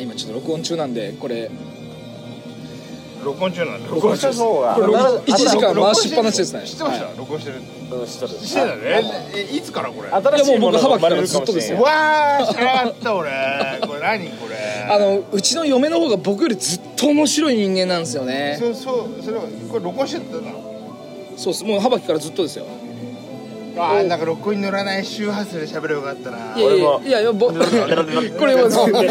今ちょっと録音中なんで、これ録音中なんで。 録音した方がこれ1時間回しっぱなしですね。 知ってました？録音してる。 知ってる。 してたね。いつからこれ？ 新しいものが生まれるかもしれない。 わー、知らなかった俺。これ何これ？ うちの嫁の方が僕よりずっと面白い人間なんですよね。 それはこれ録音してたの？ そうです。もう幅木からずっとですよ。 あー、なんか録音に乗らない周波数で喋ればよかったな。 いやこれは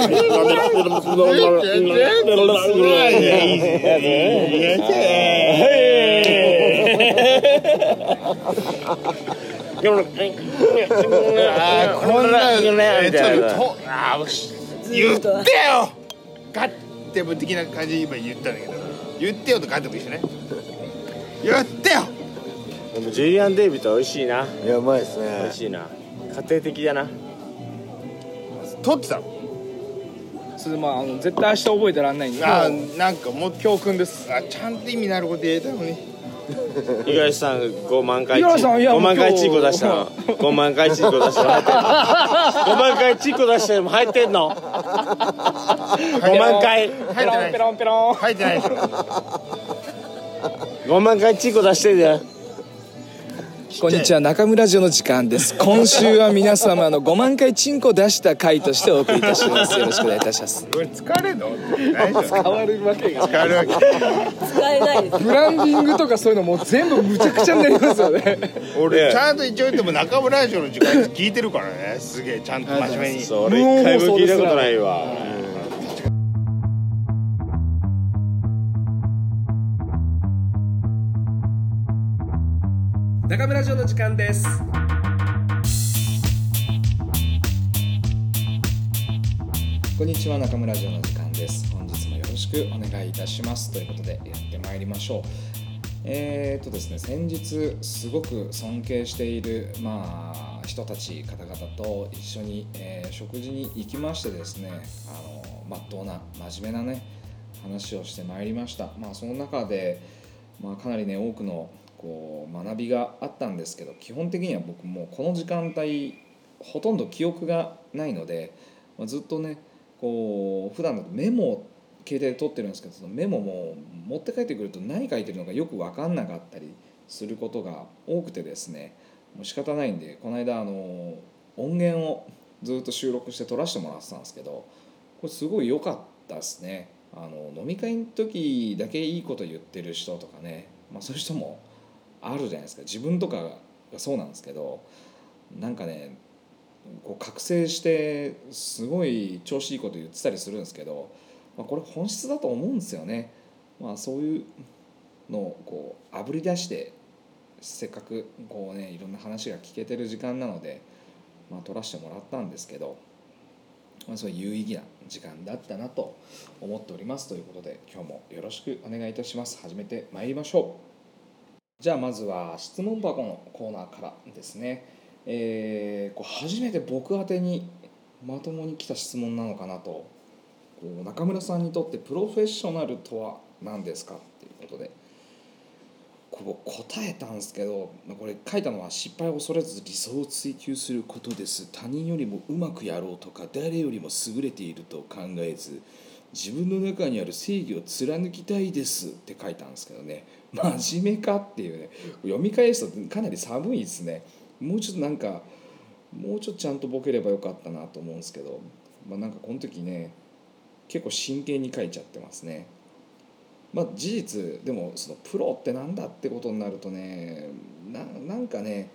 言ってよガッテム的な感じで今言ったんだけど、言ってよとガッテム一緒ね。言ってよ。 でもジュリアン・デイビッド美味しいな。 いやうまいですね。 美味しいな。家庭的だな。 撮ってたの？ それ絶対明日覚えてらんないんで。 なんかもう教訓です。 ちゃんと意味のあること言えたのに。 五十嵐さん5万回 5 万回チーコ出したの。5万回チーコ出したの入ってんの。5万回チーコ出したのも入ってんの。5万回入ってない。 ペロンペロン入ってないでしょ。 5万回チーコ出してるよ。 こんにちは、中村ラジオの時間です。今週は皆様の5万回チンコ出した回としてお送りいたします。よろしくお願いいたします。 これ疲れんの？使われるわけが使えるわけ。 使えないです。 ブランディングとかそういうのもう全部むちゃくちゃになりますよね。 俺ちゃんと一応言っても中村ラジオの時間聞いてるからね。すげえちゃんと真面目に。 それ一回も聞いたことないわ。 中村ラジオの時間です。こんにちは、中村ラジオの時間です。本日もよろしくお願いいたしますということでやってまいりましょう。ですね、先日すごく尊敬している人たち方々と一緒に、食事に行きましてですね、まっとうな真面目なね話をしてまいりました。その中で、かなりね多くの学びがあったんですけど、基本的には僕もこの時間帯ほとんど記憶がないので、ずっとね普段だとメモを携帯で取ってるんですけど、そのメモも持って帰ってくると何書いてるのかよく分かんなかったりすることが多くてですね、もう仕方ないんでこの間音源をずっと収録して撮らせてもらってたんですけど、これすごい良かったですね。飲み会の時だけいいこと言ってる人とかね、そういう人もあるじゃないですか。自分とかがそうなんですけど、なんかね覚醒してすごい調子いいこと言ってたりするんですけど、これ本質だと思うんですよね。そういうのをあぶり出して、せっかくいろんな話が聞けてる時間なので、撮らせてもらったんですけど、そういう有意義な時間だったなと思っておりますということで、今日もよろしくお願いいたします。始めてまいりましょう。じゃあまずは質問箱のコーナーからですね。初めて僕宛てにまともに来た質問なのかなと。中村さんにとってプロフェッショナルとは何ですかっていうことで答えたんですけど、これ書いたのは失敗を恐れず理想を追求することです。他人よりもうまくやろうとか誰よりも優れていると考えず自分の中にある正義を貫きたいですって書いたんですけどね、真面目かっていうね、読み返すとかなり寒いですね。もうちょっとちゃんとボケればよかったなと思うんですけど、なんかこの時ね結構真剣に書いちゃってますね。事実でもそのプロってなんだってことになるとね、なんかね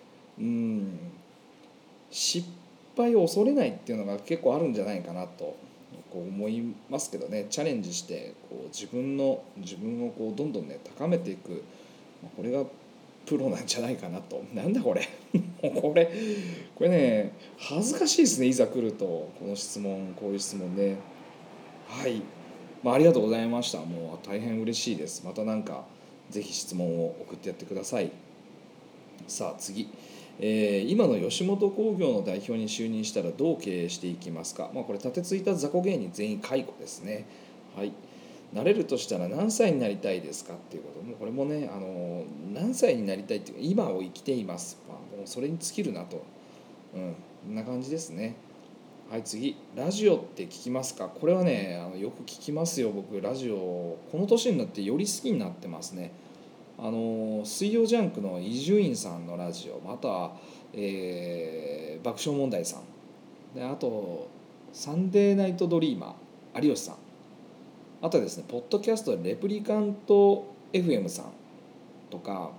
失敗を恐れないっていうのが結構あるんじゃないかなと思いますけどね。チャレンジして自分をどんどんね高めていく、これがプロなんじゃないかなと。なんだこれこれね恥ずかしいですね、いざ来ると。こういう質問ね。はい、ありがとうございました。もう大変嬉しいです。またなんかぜひ質問を送ってやってください。さあ次、今の吉本興業の代表に就任したらどう経営していきますか。これ立てついた雑魚芸人全員解雇ですね。はい、なれるとしたら何歳になりたいですかっていうことも、これもね何歳になりたいっていうか今を生きています、もうそれに尽きるなと、こんな感じですね。 はい、次、ラジオって聞きますか？これはね、よく聞きますよ。僕ラジオこの年になってより好きになってますね。水曜ジャンクの伊集院さんのラジオ、あとは、爆笑問題さんで、あとサンデーナイトドリーマー有吉さん、あとはですねポッドキャストレプリカント FM さんとか、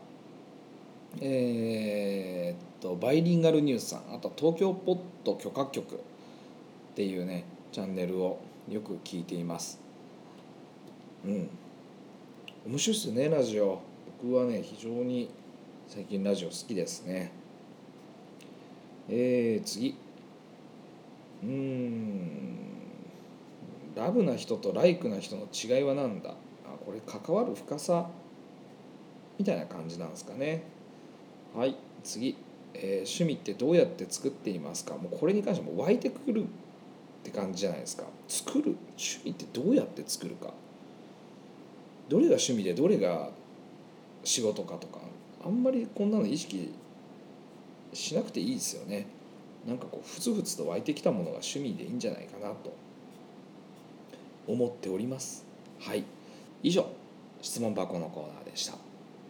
バイリンガルニュースさん、あとは東京ポッド許可局っていうねチャンネルをよく聞いています。面白いですよねラジオ。僕はね非常に最近ラジオ好きですね。次、ラブな人とライクな人の違いは何だ。これ関わる深さみたいな感じなんですかね。はい、次、趣味ってどうやって作っていますか。もうこれに関しても湧いてくるって感じじゃないですか。作る趣味ってどうやって作るか、どれが趣味でどれが仕事かとか、あんまりこんなの意識しなくていいですよね。なんかこうふつふつと湧いてきたものが趣味でいいんじゃないかなと思っております。はい、以上質問箱のコーナーでした。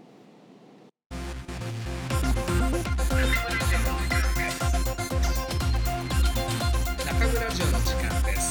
中村ラジオの時間です。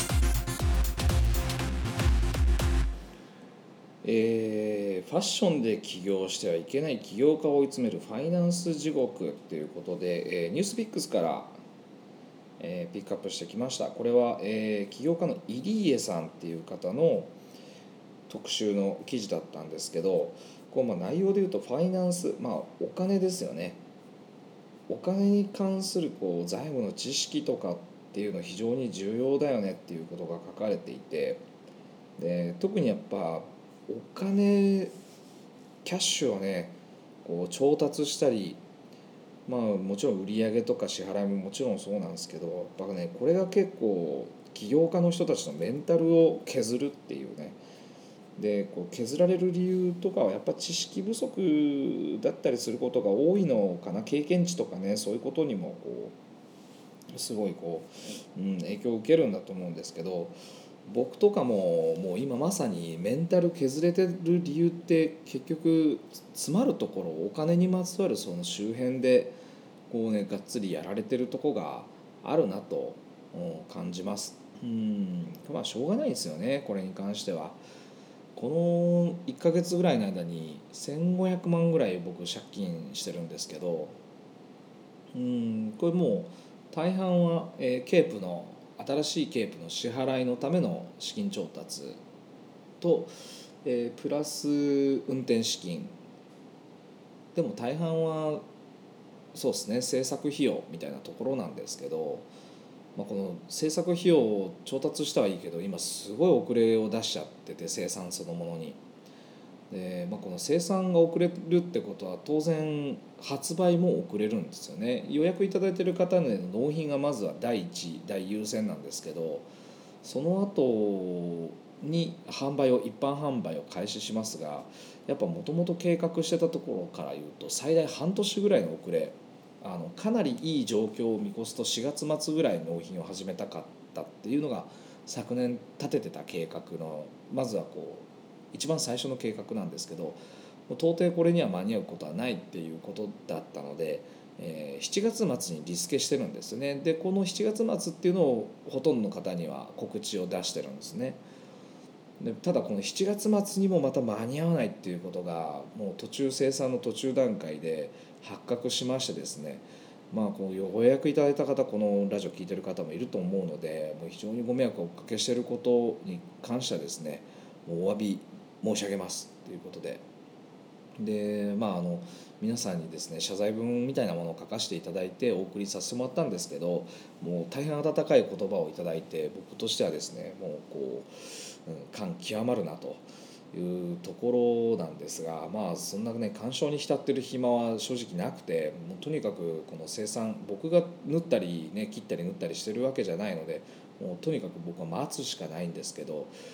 ファッションで起業してはいけない起業家を追い詰めるファイナンス地獄ということで、ニュースピックスから、ピックアップしてきました。これは、起業家の入江さんっていう方の特集の記事だったんですけど、こう内容でいうとファイナンス、お金ですよね。お金に関するこう財務の知識とかっていうのは非常に重要だよねっていうことが書かれていて、で特にやっぱお金キャッシュをねこう調達したり、もちろん売上とか支払いももちろんそうなんですけど、やっぱねこれが結構起業家の人たちのメンタルを削るっていうね。でこう削られる理由とかはやっぱ知識不足だったりすることが多いのかな。経験値とかねそういうことにもこうすごいこう、影響を受けるんだと思うんですけど、僕とかももう今まさにメンタル削れてる理由って結局詰まるところお金にまつわるその周辺でこうねがっつりやられてるとこがあるなと感じます。しょうがないですよねこれに関しては。この1ヶ月ぐらいの間に1500万ぐらい僕借金してるんですけど、これもう大半は、ケープの新しいケープの支払いのための資金調達と、プラス運転資金でも大半はそうですね制作費用みたいなところなんですけど、この制作費用を調達したはいいけど今すごい遅れを出しちゃってて生産そのものに。で、この生産が遅れるってことは当然発売も遅れるんですよね。予約いただいている方の納品がまずは第一第優先なんですけど、その後に一般販売を開始しますが、やっぱもともと計画してたところから言うと最大半年ぐらいの遅れ、かなりいい状況を見越すと4月末ぐらい納品を始めたかったっていうのが昨年立ててた計画のまずはこう一番最初の計画なんですけど、到底これには間に合うことはないっていうことだったので、7月末にリスケしてるんですね。でこの7月末っていうのをほとんどの方には告知を出してるんですね。でただこの7月末にもまた間に合わないっていうことがもう生産の途中段階で発覚しましてですね、こうご予約いただいた方このラジオ聞いてる方もいると思うので、もう非常にご迷惑をおかけしていることに関してはですねお詫び申し上げますということで、皆さんにですね謝罪文みたいなものを書かせていただいてお送りさせてもらったんですけど、もう大変温かい言葉をいただいて僕としてはですねもうこう、感極まるなというところなんですが、そんなね感傷に浸ってる暇は正直なくて、もうとにかくこの生産僕が縫ったりね切ったり縫ったりしてるわけじゃないので、もうとにかく僕は待つしかないんですけど、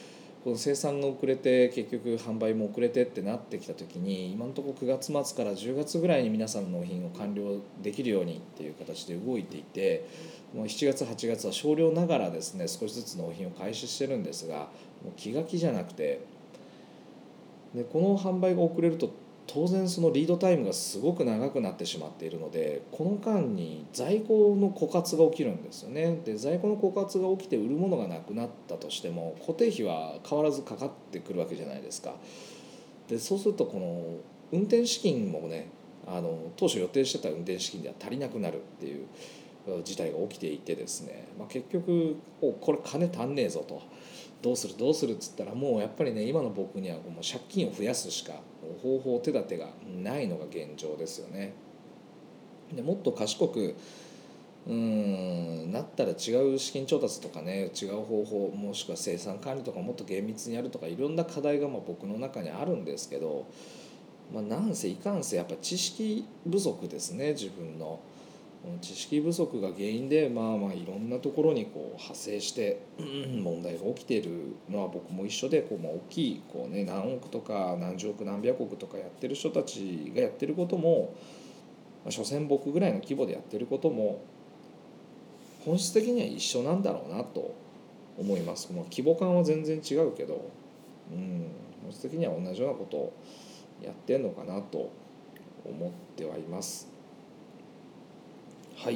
この生産が遅れて結局販売も遅れてってなってきた時に、今のところ9月末から10月ぐらいに皆さんの納品を完了できるようにっていう形で動いていて、もう7月8月は少量ながらですね少しずつ納品を開始してるんですが、もう気が気じゃなくて、でこの販売が遅れると当然そのリードタイムがすごく長くなってしまっているので、この間に在庫の枯渇が起きるんですよね。で在庫の枯渇が起きて売るものがなくなったとしても固定費は変わらずかかってくるわけじゃないですか。でそうするとこの運転資金もね、当初予定してた運転資金では足りなくなるっていう事態が起きていてですね、結局これ金足んねえぞと、どうするっつったら、もうやっぱりね今の僕にはもう借金を増やすしか方法手立てがないのが現状ですよね。でもっと賢くなったら違う資金調達とかね、違う方法、もしくは生産管理とかもっと厳密にやるとか、いろんな課題が僕の中にあるんですけど、なんせいかんせやっぱ知識不足ですね。自分の知識不足が原因でいろんなところに派生して問題が起きているのは僕も一緒で、大きい何億とか何十億何百億とかやってる人たちがやってることも、所詮僕ぐらいの規模でやってることも本質的には一緒なんだろうなと思います。規模感は全然違うけど、本質的には同じようなことをやってんのかなと思ってはいます。はい、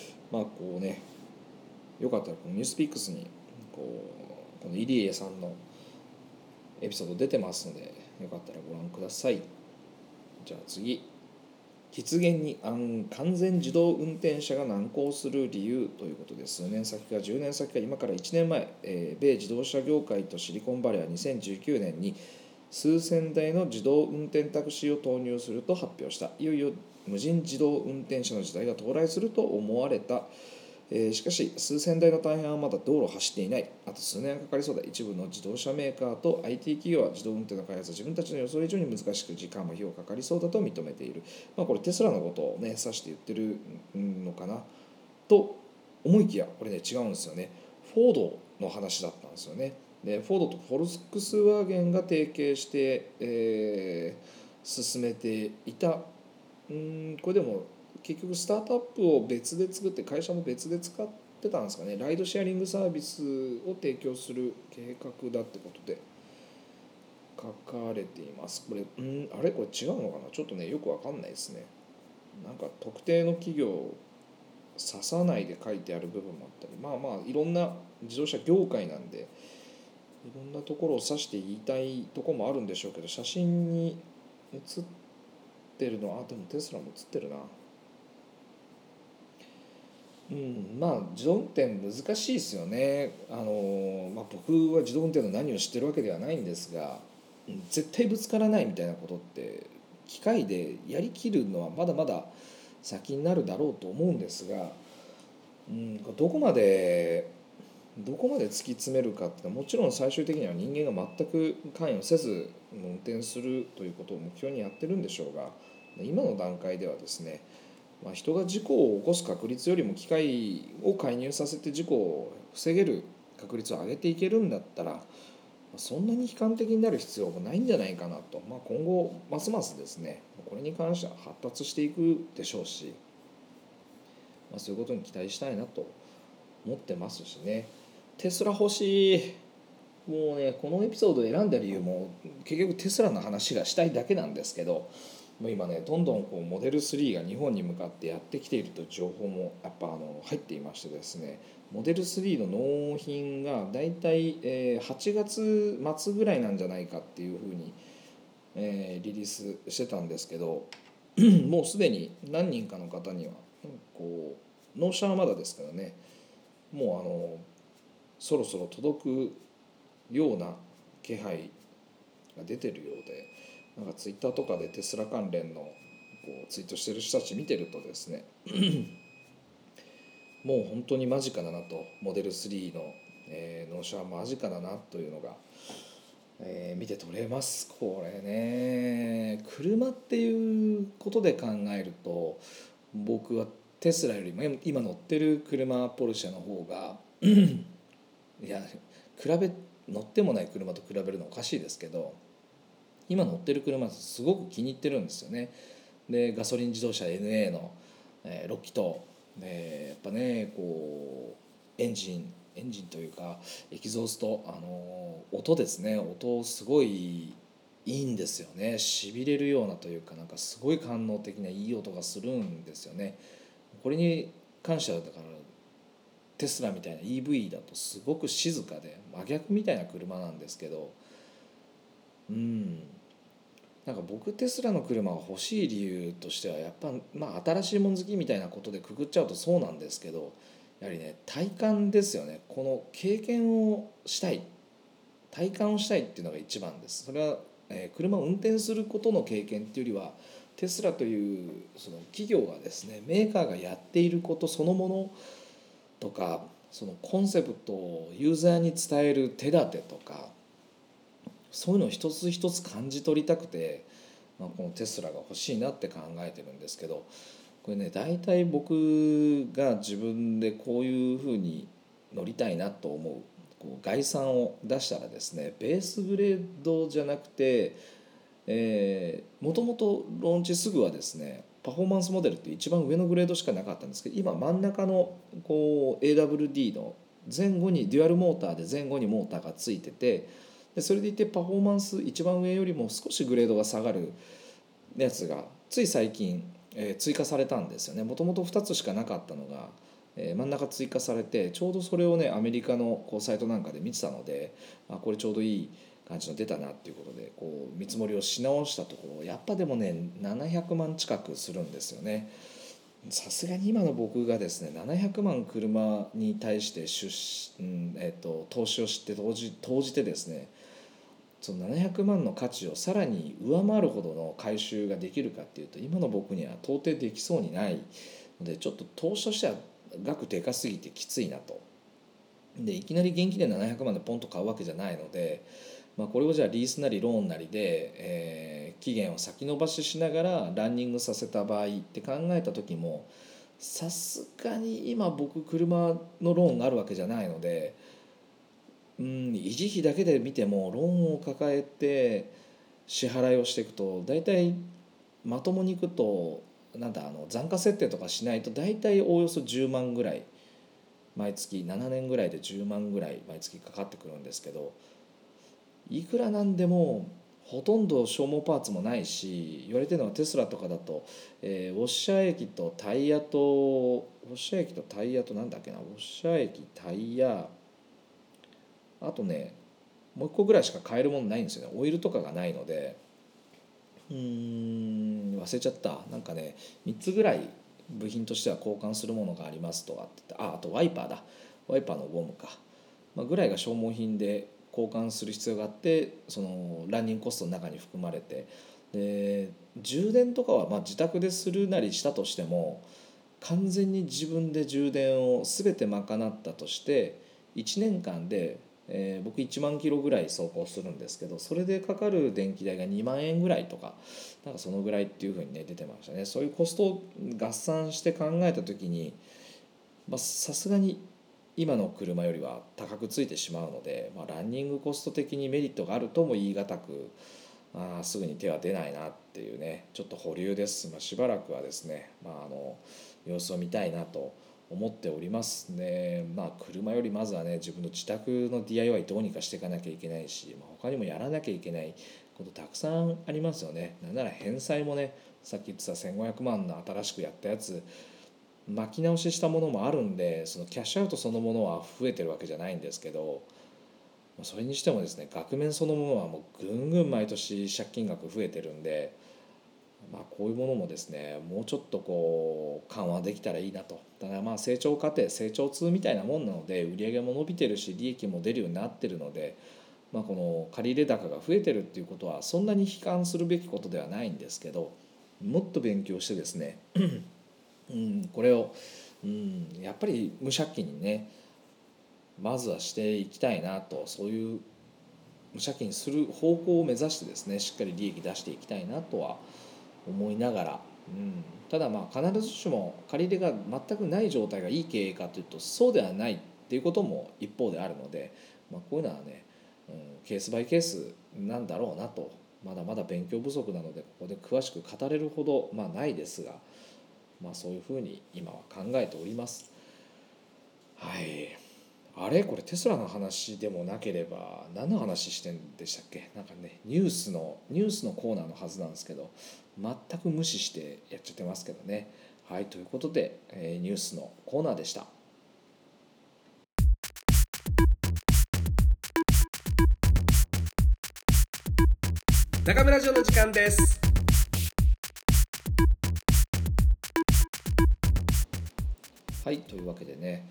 よかったらこのニュースピックスにこの入江さんのエピソード出てますので、よかったらご覧ください。じゃあ次、実現に完全自動運転車が難航する理由ということで、数年先か10年先か今から1年前、米自動車業界とシリコンバレーは2019年に数千台の自動運転タクシーを投入すると発表した。いよいよ無人自動運転車の時代が到来すると思われた。しかし数千台の大半はまだ道路を走っていない。あと数年かかりそうだ。一部の自動車メーカーと IT 企業は自動運転の開発は自分たちの予想以上に難しく、時間も費用かかりそうだと認めている。これテスラのことをね指して言ってるのかなと思いきや、これね違うんですよね。フォードの話だったんですよね。でフォードとフォルクスワーゲンが提携して、進めていたこれでも結局スタートアップを別で作って、会社も別で使ってたんですかね。ライドシェアリングサービスを提供する計画だってことで書かれています。これあれこれ違うのかな、ちょっとねよくわかんないですね。なんか特定の企業を指さないで書いてある部分もあったり、いろんな自動車業界なんでいろんなところを指して言いたいところもあるんでしょうけど、写真に写ってるのはでもテスラも写ってるな。自動運転難しいですよね。僕は自動運転の何を知ってるわけではないんですが、絶対ぶつからないみたいなことって機械でやりきるのはまだまだ先になるだろうと思うんですが、どこまで突き詰めるかっていうのは、もちろん最終的には人間が全く関与せず運転するということを目標にやってるんでしょうが、今の段階ではですね、人が事故を起こす確率よりも機械を介入させて事故を防げる確率を上げていけるんだったら、そんなに悲観的になる必要もないんじゃないかなと、今後ますますですねこれに関しては発達していくでしょうし、そういうことに期待したいなと思ってますしね。テスラ欲しい。もうねこのエピソードを選んだ理由も結局テスラの話がしたいだけなんですけど、もう今ねどんどんモデル3が日本に向かってやってきているという情報もやっぱ入っていましてですね、モデル3の納品がだいたい8月末ぐらいなんじゃないかっていうふうにリリースしてたんですけどもうすでに何人かの方には納車はまだですからね、もうそろそろ届くような気配が出てるようで、なんかツイッターとかでテスラ関連のツイートしてる人たち見てるとですねもう本当に間近だなと、モデル3の、納車は間近だなというのが、見て取れます。これね車っていうことで考えると、僕はテスラよりも今乗ってる車ポルシェの方がいや比べ乗ってもない車と比べるのおかしいですけど、今乗ってる車すごく気に入ってるんですよね。でガソリン自動車 NA の、6気筒でやっぱねこうエンジンというかエキゾースト、音ですね、音すごいいいんですよね。しびれるようなというか、なんかすごい官能的ないい音がするんですよね。これに関してはだからテスラみたいな EV だとすごく静かで真逆みたいな車なんですけど、なんか僕テスラの車が欲しい理由としてはやっぱ、新しいもん好きみたいなことでくくっちゃうとそうなんですけど、やはりね体感ですよね。この経験をしたい、体感をしたいっていうのが一番です。それは、車を運転することの経験っていうよりはテスラというその企業がですね、メーカーがやっていることそのものとか、そのコンセプトをユーザーに伝える手立てとか、そういうのを一つ一つ感じ取りたくて、このテスラが欲しいなって考えてるんですけど、これね大体僕が自分でこういうふうに乗りたいなと思う概算を出したらですね、ベースグレードじゃなくてもともとローンチすぐはですねパフォーマンスモデルって一番上のグレードしかなかったんですけど、今真ん中のこう AWD の前後にデュアルモーターで前後にモーターがついてて、でそれでいてパフォーマンス一番上よりも少しグレードが下がるやつがつい最近、追加されたんですよね。もともと2つしかなかったのが、真ん中追加されて、ちょうどそれをねアメリカのこうサイトなんかで見てたので、これちょうどいい感じの出たなっていうことでこう見積もりをし直したところ、やっぱでもね700万近くするんですよね。さすがに今の僕がですね700万車に対して投資をして投じてですね、その700万の価値をさらに上回るほどの回収ができるかっていうと、今の僕には到底できそうにないので、ちょっと投資としては額でかすぎてきついなと。でいきなり現金で700万でポンと買うわけじゃないので、これをじゃあリースなりローンなりで、期限を先延ばししながらランニングさせた場合って考えた時も、さすがに今僕車のローンがあるわけじゃないので、維持費だけで見てもローンを抱えて支払いをしていくと、大体まともにいくと残価設定とかしないと大体おおよそ10万ぐらい毎月7年ぐらいで10万ぐらい毎月かかってくるんですけど、いくらなんでもほとんど消耗パーツもないし、言われてるのはテスラとかだと、ウォッシャー液とタイヤとなんだっけな、ウォッシャー液タイヤ、あとねもう一個ぐらいしか買えるものないんですよね。オイルとかがないので、忘れちゃった。なんかね3つぐらい部品としては交換するものがありますとかって言って、あとワイパーだ、ワイパーのゴムか、ぐらいが消耗品で交換する必要があって、そのランニングコストの中に含まれて、で充電とかは自宅でするなりしたとしても、完全に自分で充電を全て賄ったとして1年間で、僕1万キロぐらい走行するんですけど、それでかかる電気代が2万円ぐらいとか、なんかそのぐらいっていうふうにね出てましたね。そういうコストを合算して考えた時に、さすがに今の車よりは高くついてしまうので、ランニングコスト的にメリットがあるとも言い難く、すぐに手は出ないなっていうね、ちょっと保留です。しばらくはですね、様子を見たいなと思っておりますで、車よりまずはね自分の自宅の DIY どうにかしていかなきゃいけないし、他にもやらなきゃいけないことたくさんありますよね。なんなら返済もね、さっき言ってた1500万の新しくやったやつ巻き直ししたものもあるんで、そのキャッシュアウトそのものは増えてるわけじゃないんですけど、それにしてもですね額面そのものはもうぐんぐん毎年借金額増えてるんで、こういうものもですねもうちょっとこう緩和できたらいいなと。ただ成長過程成長痛みたいなもんなので、売上も伸びてるし利益も出るようになってるので、この借入高が増えてるっていうことはそんなに悲観するべきことではないんですけど、もっと勉強してですねこれをやっぱり無借金にねまずはしていきたいなと、そういう無借金する方向を目指してですねしっかり利益出していきたいなとは思いながら、ただ必ずしも借り入れが全くない状態がいい経営かというとそうではないっていうことも一方であるので、こういうのはねケースバイケースなんだろうなと。まだまだ勉強不足なのでここで詳しく語れるほど、ないですが、そういうふうに今は考えております。はい。あれこれテスラの話でもなければ何の話してんでしたっけ。なんかねニュースのコーナーのはずなんですけど、全く無視してやっちゃってますけどね。はい、ということで、ニュースのコーナーでした。中村城の時間です。はい、というわけでね、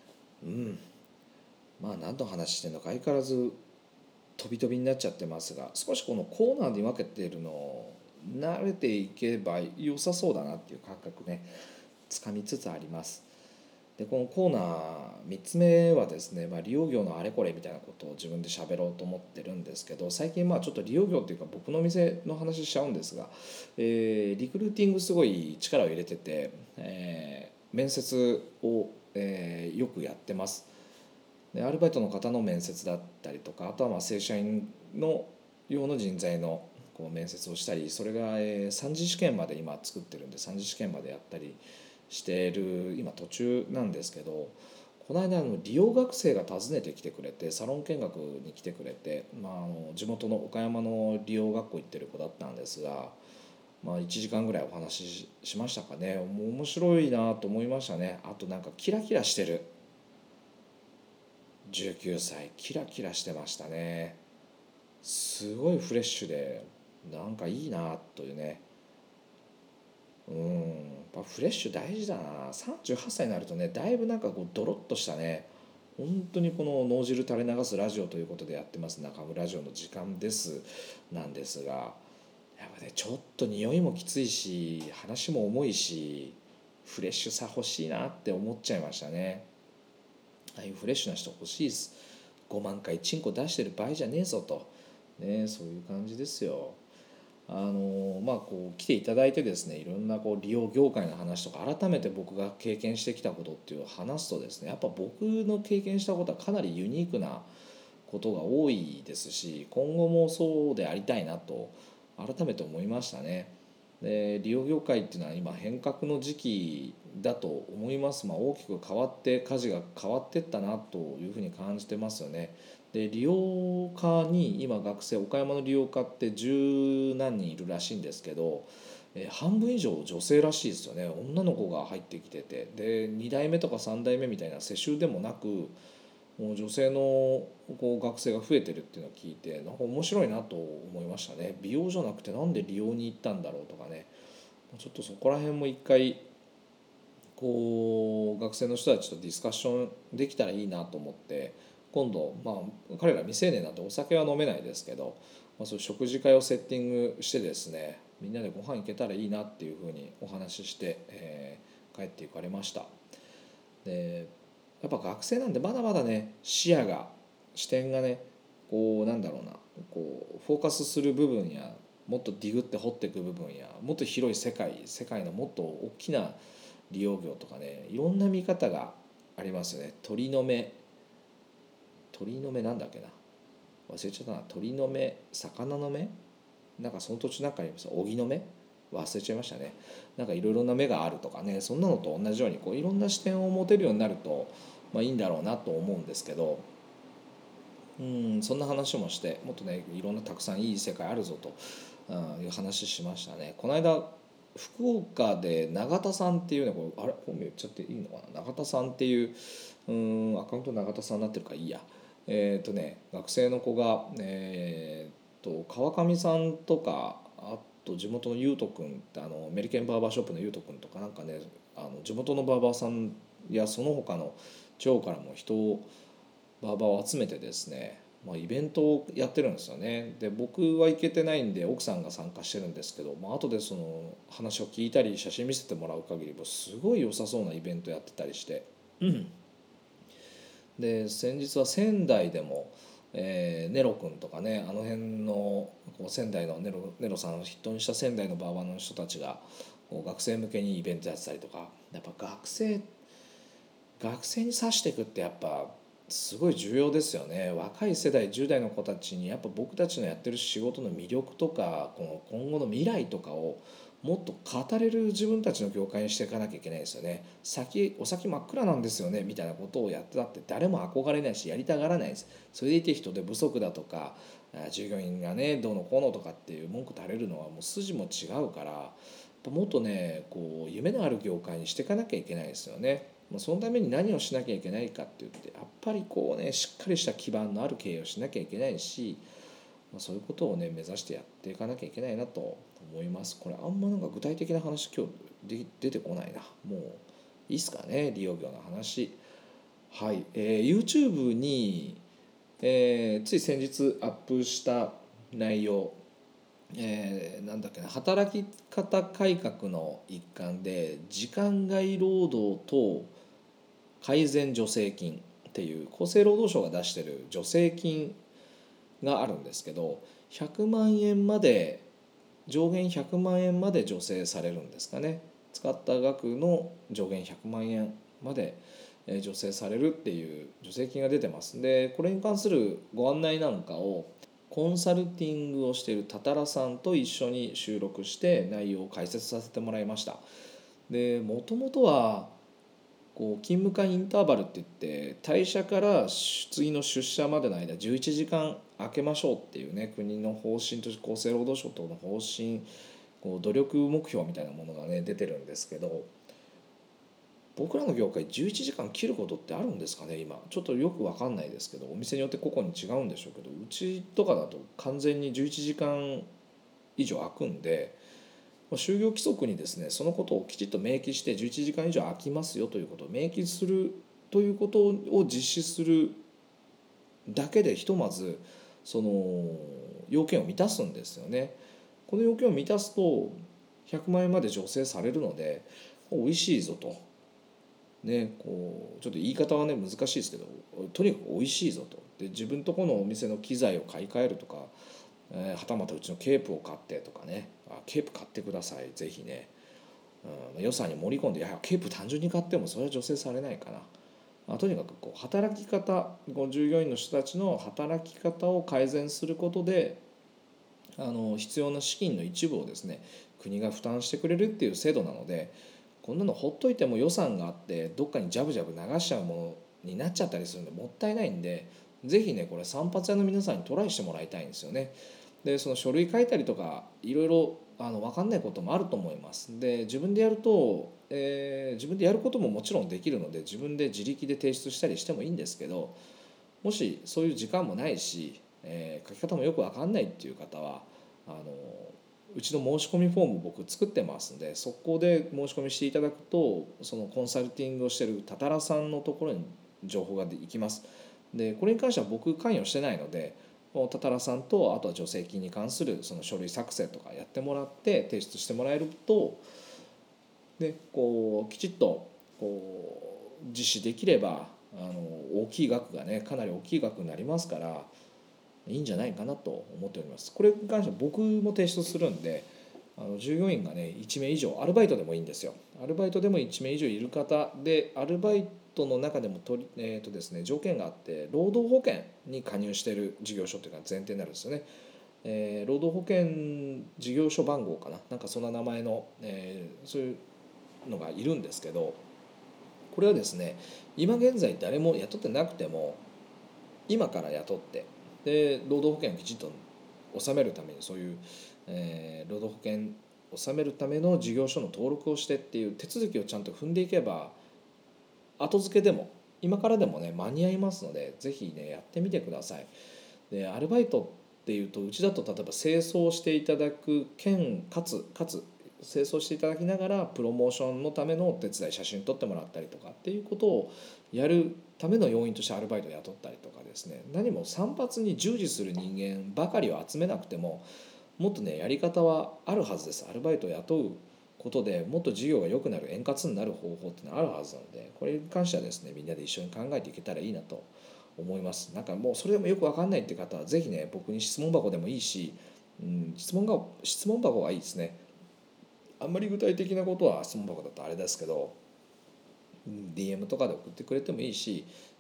何の話してるのか相変わらず飛び飛びになっちゃってますが、少しこのコーナーに分けているのを慣れていけば良さそうだなっていう感覚ね、つかみつつあります。でこのコーナー3つ目はですね、利用業のあれこれみたいなことを自分で喋ろうと思ってるんですけど、最近ちょっと利用業というか僕の店の話しちゃうんですが、リクルーティングすごい力を入れてて、面接を、よくやってます。でアルバイトの方の面接だったりとか、あとは正社員の用の人材の面接をしたり、それが3次試験まで今作ってるんで3次試験までやったりしている今途中なんですけど、この間利用学生が訪ねてきてくれて、サロン見学に来てくれて、地元の岡山の利用学校行ってる子だったんですが、1時間ぐらいお話ししましたかね。もう面白いなと思いましたね。あとなんかキラキラしてる19歳キラキラしてましたね。すごいフレッシュでなんかいいなというね。やっぱフレッシュ大事だな。38歳になるとね、だいぶなんかドロッとしたね、本当にこの脳汁垂れ流すラジオということでやってます中村ラジオの時間ですなんですが、やっぱねちょっと匂いもきついし話も重いし、フレッシュさ欲しいなって思っちゃいましたね。ああいうフレッシュな人欲しいです。5万回チンコ出してる場合じゃねえぞとね、そういう感じですよ。来ていただいてですね、いろんな利用業界の話とか改めて僕が経験してきたことっていうのを話すとですね、やっぱ僕の経験したことはかなりユニークなことが多いですし、今後もそうでありたいなと改めて思いましたね。で利用業界っていうのは今変革の時期だと思います。大きく変わって舵が変わってったなというふうに感じてますよね。で利用家に今学生岡山の利用家って十何人いるらしいんですけど、半分以上女性らしいですよね。女の子が入ってきてて、で2代目とか3代目みたいな世襲でもなく、もう女性の学生が増えてるっていうのを聞いてなんか面白いなと思いましたね。美容じゃなくてなんで利用に行ったんだろうとかね、ちょっとそこら辺も一回学生の人たちとディスカッションできたらいいなと思って、今度彼ら未成年なんでお酒は飲めないですけど、そういう食事会をセッティングしてですね、みんなでご飯行けたらいいなっていうふうにお話しして、帰って行かれました。でやっぱ学生なんでまだまだね視点がねフォーカスする部分や、もっとディグって掘っていく部分や、もっと広い世界のもっと大きな利用業とかね、いろんな見方がありますよね。鳥の目なんだっけな、忘れちゃったな。鳥の目、魚の目、なんかその土地なんかあります。荻の目忘れちゃいましたね。なんかいろいろな目があるとかね、そんなのと同じようにいろんな視点を持てるようになると、いいんだろうなと思うんですけど、そんな話もして、もっとねいろんなたくさんいい世界あるぞという話しましたね。この間福岡で永田さんっていうね、これ本名言っちゃっていいのかな、永田さんっていうアカウント永田さんになってるからいいや。学生の子が、川上さんとか、あと地元のゆうとくんってアメリカンバーバーショップのゆうとくんとかなんかね、地元のバーバーさんやその他の地方からも人をバーバーを集めてですね、イベントをやってるんですよね。で僕は行けてないんで奥さんが参加してるんですけど、後でその話を聞いたり写真見せてもらう限りすごい良さそうなイベントやってたりして、で先日は仙台でも、ネロ君とかね、あの辺の仙台のネロさんを筆頭にした仙台のバーバーの人たちが学生向けにイベントやってたりとか、やっぱ学生に指していくってやっぱすごい重要ですよね。若い世代10代の子たちにやっぱ僕たちのやってる仕事の魅力とかこの今後の未来とかをもっと語れる自分たちの業界にしていかなきゃいけないですよね。お先真っ暗なんですよねみたいなことをやってたって誰も憧れないしやりたがらないです。それでいて人手不足だとか従業員がねどうのこうのとかっていう文句垂れるのはもう筋も違うから、もっとねこう夢のある業界にしていかなきゃいけないですよね。そのために何をしなきゃいけないかって言ってやっぱりこうねしっかりした基盤のある経営をしなきゃいけないし、そういうことをね目指してやっていかなきゃいけないなと思います。これあんまなんか具体的な話今日出てこないな。もういいっすかね、利用業の話。はい、YouTube に、つい先日アップした内容、なんだっけな、働き方改革の一環で時間外労働と改善助成金っていう厚生労働省が出してる助成金があるんですけど、100万円まで上限100万円まで助成されるんですかね。使った額の上限100万円まで助成されるっていう助成金が出てます。でこれに関するご案内なんかをコンサルティングをしているタタラさんと一緒に収録して内容を解説させてもらいました。でもともとはこう勤務間インターバルって言って退社から次の出社までの間11時間空けましょうっていうね国の方針として厚生労働省等の方針こう努力目標みたいなものがね出てるんですけど、僕らの業界11時間切ることってあるんですかね。今ちょっとよく分かんないですけどお店によって個々に違うんでしょうけど、うちとかだと完全に11時間以上空くんで、就業規則にですねそのことをきちっと明記して11時間以上空きますよということを明記するということを実施するだけでひとまずその要件を満たすんですよね。この要件を満たすと100万円まで助成されるので美味しいぞと。ね、こうちょっと言い方はね難しいですけどとにかく美味しいぞと。で自分とこのお店の機材を買い替えるとか、はたまたうちのケープを買ってとかね、ケープ買ってくださいぜひね、予算に盛り込んで、いやケープ単純に買ってもそれは助成されないかな。とにかくこう働き方、従業員の人たちの働き方を改善することで必要な資金の一部をですね国が負担してくれるっていう制度なので、こんなのほっといても予算があってどっかにジャブジャブ流しちゃうものになっちゃったりするんでもったいないんで、ぜひねこれ散髪屋の皆さんにトライしてもらいたいんですよね。でその書類書いたりとかいろいろ分かんないこともあると思います。で自分でやると、自分でやることももちろんできるので自分で自力で提出したりしてもいいんですけど、もしそういう時間もないし、書き方もよく分かんないっていう方はうちの申し込みフォーム僕作ってますんで、そこで申し込みしていただくとそのコンサルティングをしてるタタラさんのところに情報がいきます。でこれに関しては僕関与してないのでタタラさんとあとは助成金に関するその書類作成とかやってもらって提出してもらえるとでこうきちっとこう実施できれば大きい額がねかなり大きい額になりますからいいんじゃないかなと思っております。これに関しては僕も提出するんで従業員がね1名以上アルバイトでもいいんですよ。アルバイトでも1名以上いる方でアルバイトの中でもですね、条件があって労働保険に加入している事業所というのが前提になるんですよね。労働保険事業所番号かな、なんかそんな名前の、そういうのがいるんですけど、これはですね今現在誰も雇ってなくても今から雇ってで労働保険をきちっと納めるためにそういう、労働保険を納めるための事業所の登録をしてっていう手続きをちゃんと踏んでいけば後付けでも今からでもね間に合いますのでぜひねやってみてください。でアルバイトっていうとうちだと例えば清掃していただく兼かつ清掃していただきながらプロモーションのためのお手伝い写真撮ってもらったりとかっていうことをやるための要員としてアルバイトを雇ったりとかですね、何も散髪に従事する人間ばかりを集めなくてももっとねやり方はあるはずです。アルバイトを雇うことでもっと事業が良くなる円滑になる方法っていうのはあるはずなので、これに関してはですねみんなで一緒に考えていけたらいいなと思います。なんかもうそれでもよく分かんないって方はぜひね僕に質問箱でもいいし、質問箱がいいですね。あんまり具体的なことは質問箱だとあれですけど DM とかで送ってくれてもいいし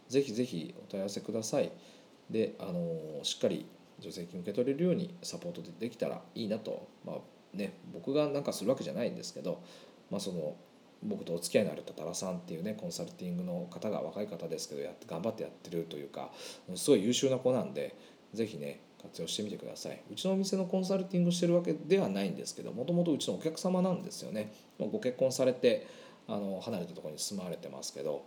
ぜひぜひお問い合わせください。でしっかり助成金受け取れるようにサポートできたらいいなと、僕がなんかするわけじゃないんですけど、僕とお付き合いのある多々良さんっていうねコンサルティングの方が若い方ですけど頑張ってやってるというかすごい優秀な子なんで、ぜひね活用してみてください。うちのお店のコンサルティングしてるわけではないんですけど、もともとうちのお客様なんですよね。ご結婚されて離れたところに住まわれてますけど、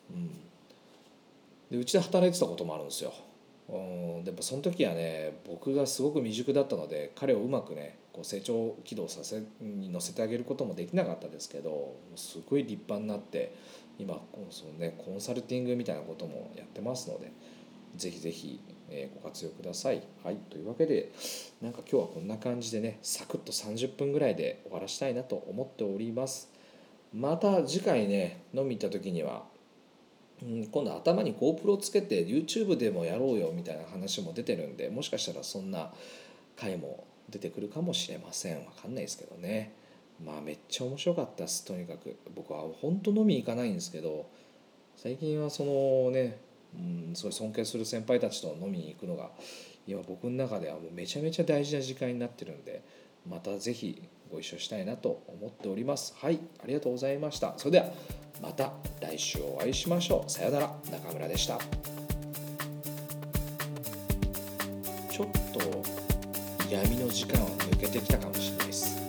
でうちで働いてたこともあるんですよ。でもその時はね僕がすごく未熟だったので彼をうまくねこう成長軌道に乗せてあげることもできなかったですけど、すごい立派になって今コンサルティングみたいなこともやってますので、ぜひぜひご活用ください。はい、というわけで今日はこんな感じでねサクッと30分ぐらいで終わらしたいなと思っております。また次回ね飲み行った時には今度頭に GoPro つけて YouTube でもやろうよみたいな話も出てるんで、もしかしたらそんな回も出てくるかもしれません。わかんないですけどね。めっちゃ面白かったです。とにかく僕は本当飲み行かないんですけど、最近はすごい尊敬する先輩たちと飲みに行くのが今僕の中ではもうめちゃめちゃ大事な時間になってるんで、またぜひご一緒したいなと思っております。はい、ありがとうございました。それではまた来週お会いしましょう。さよなら、中村でした。ちょっと闇の時間は抜けてきたかもしれないです。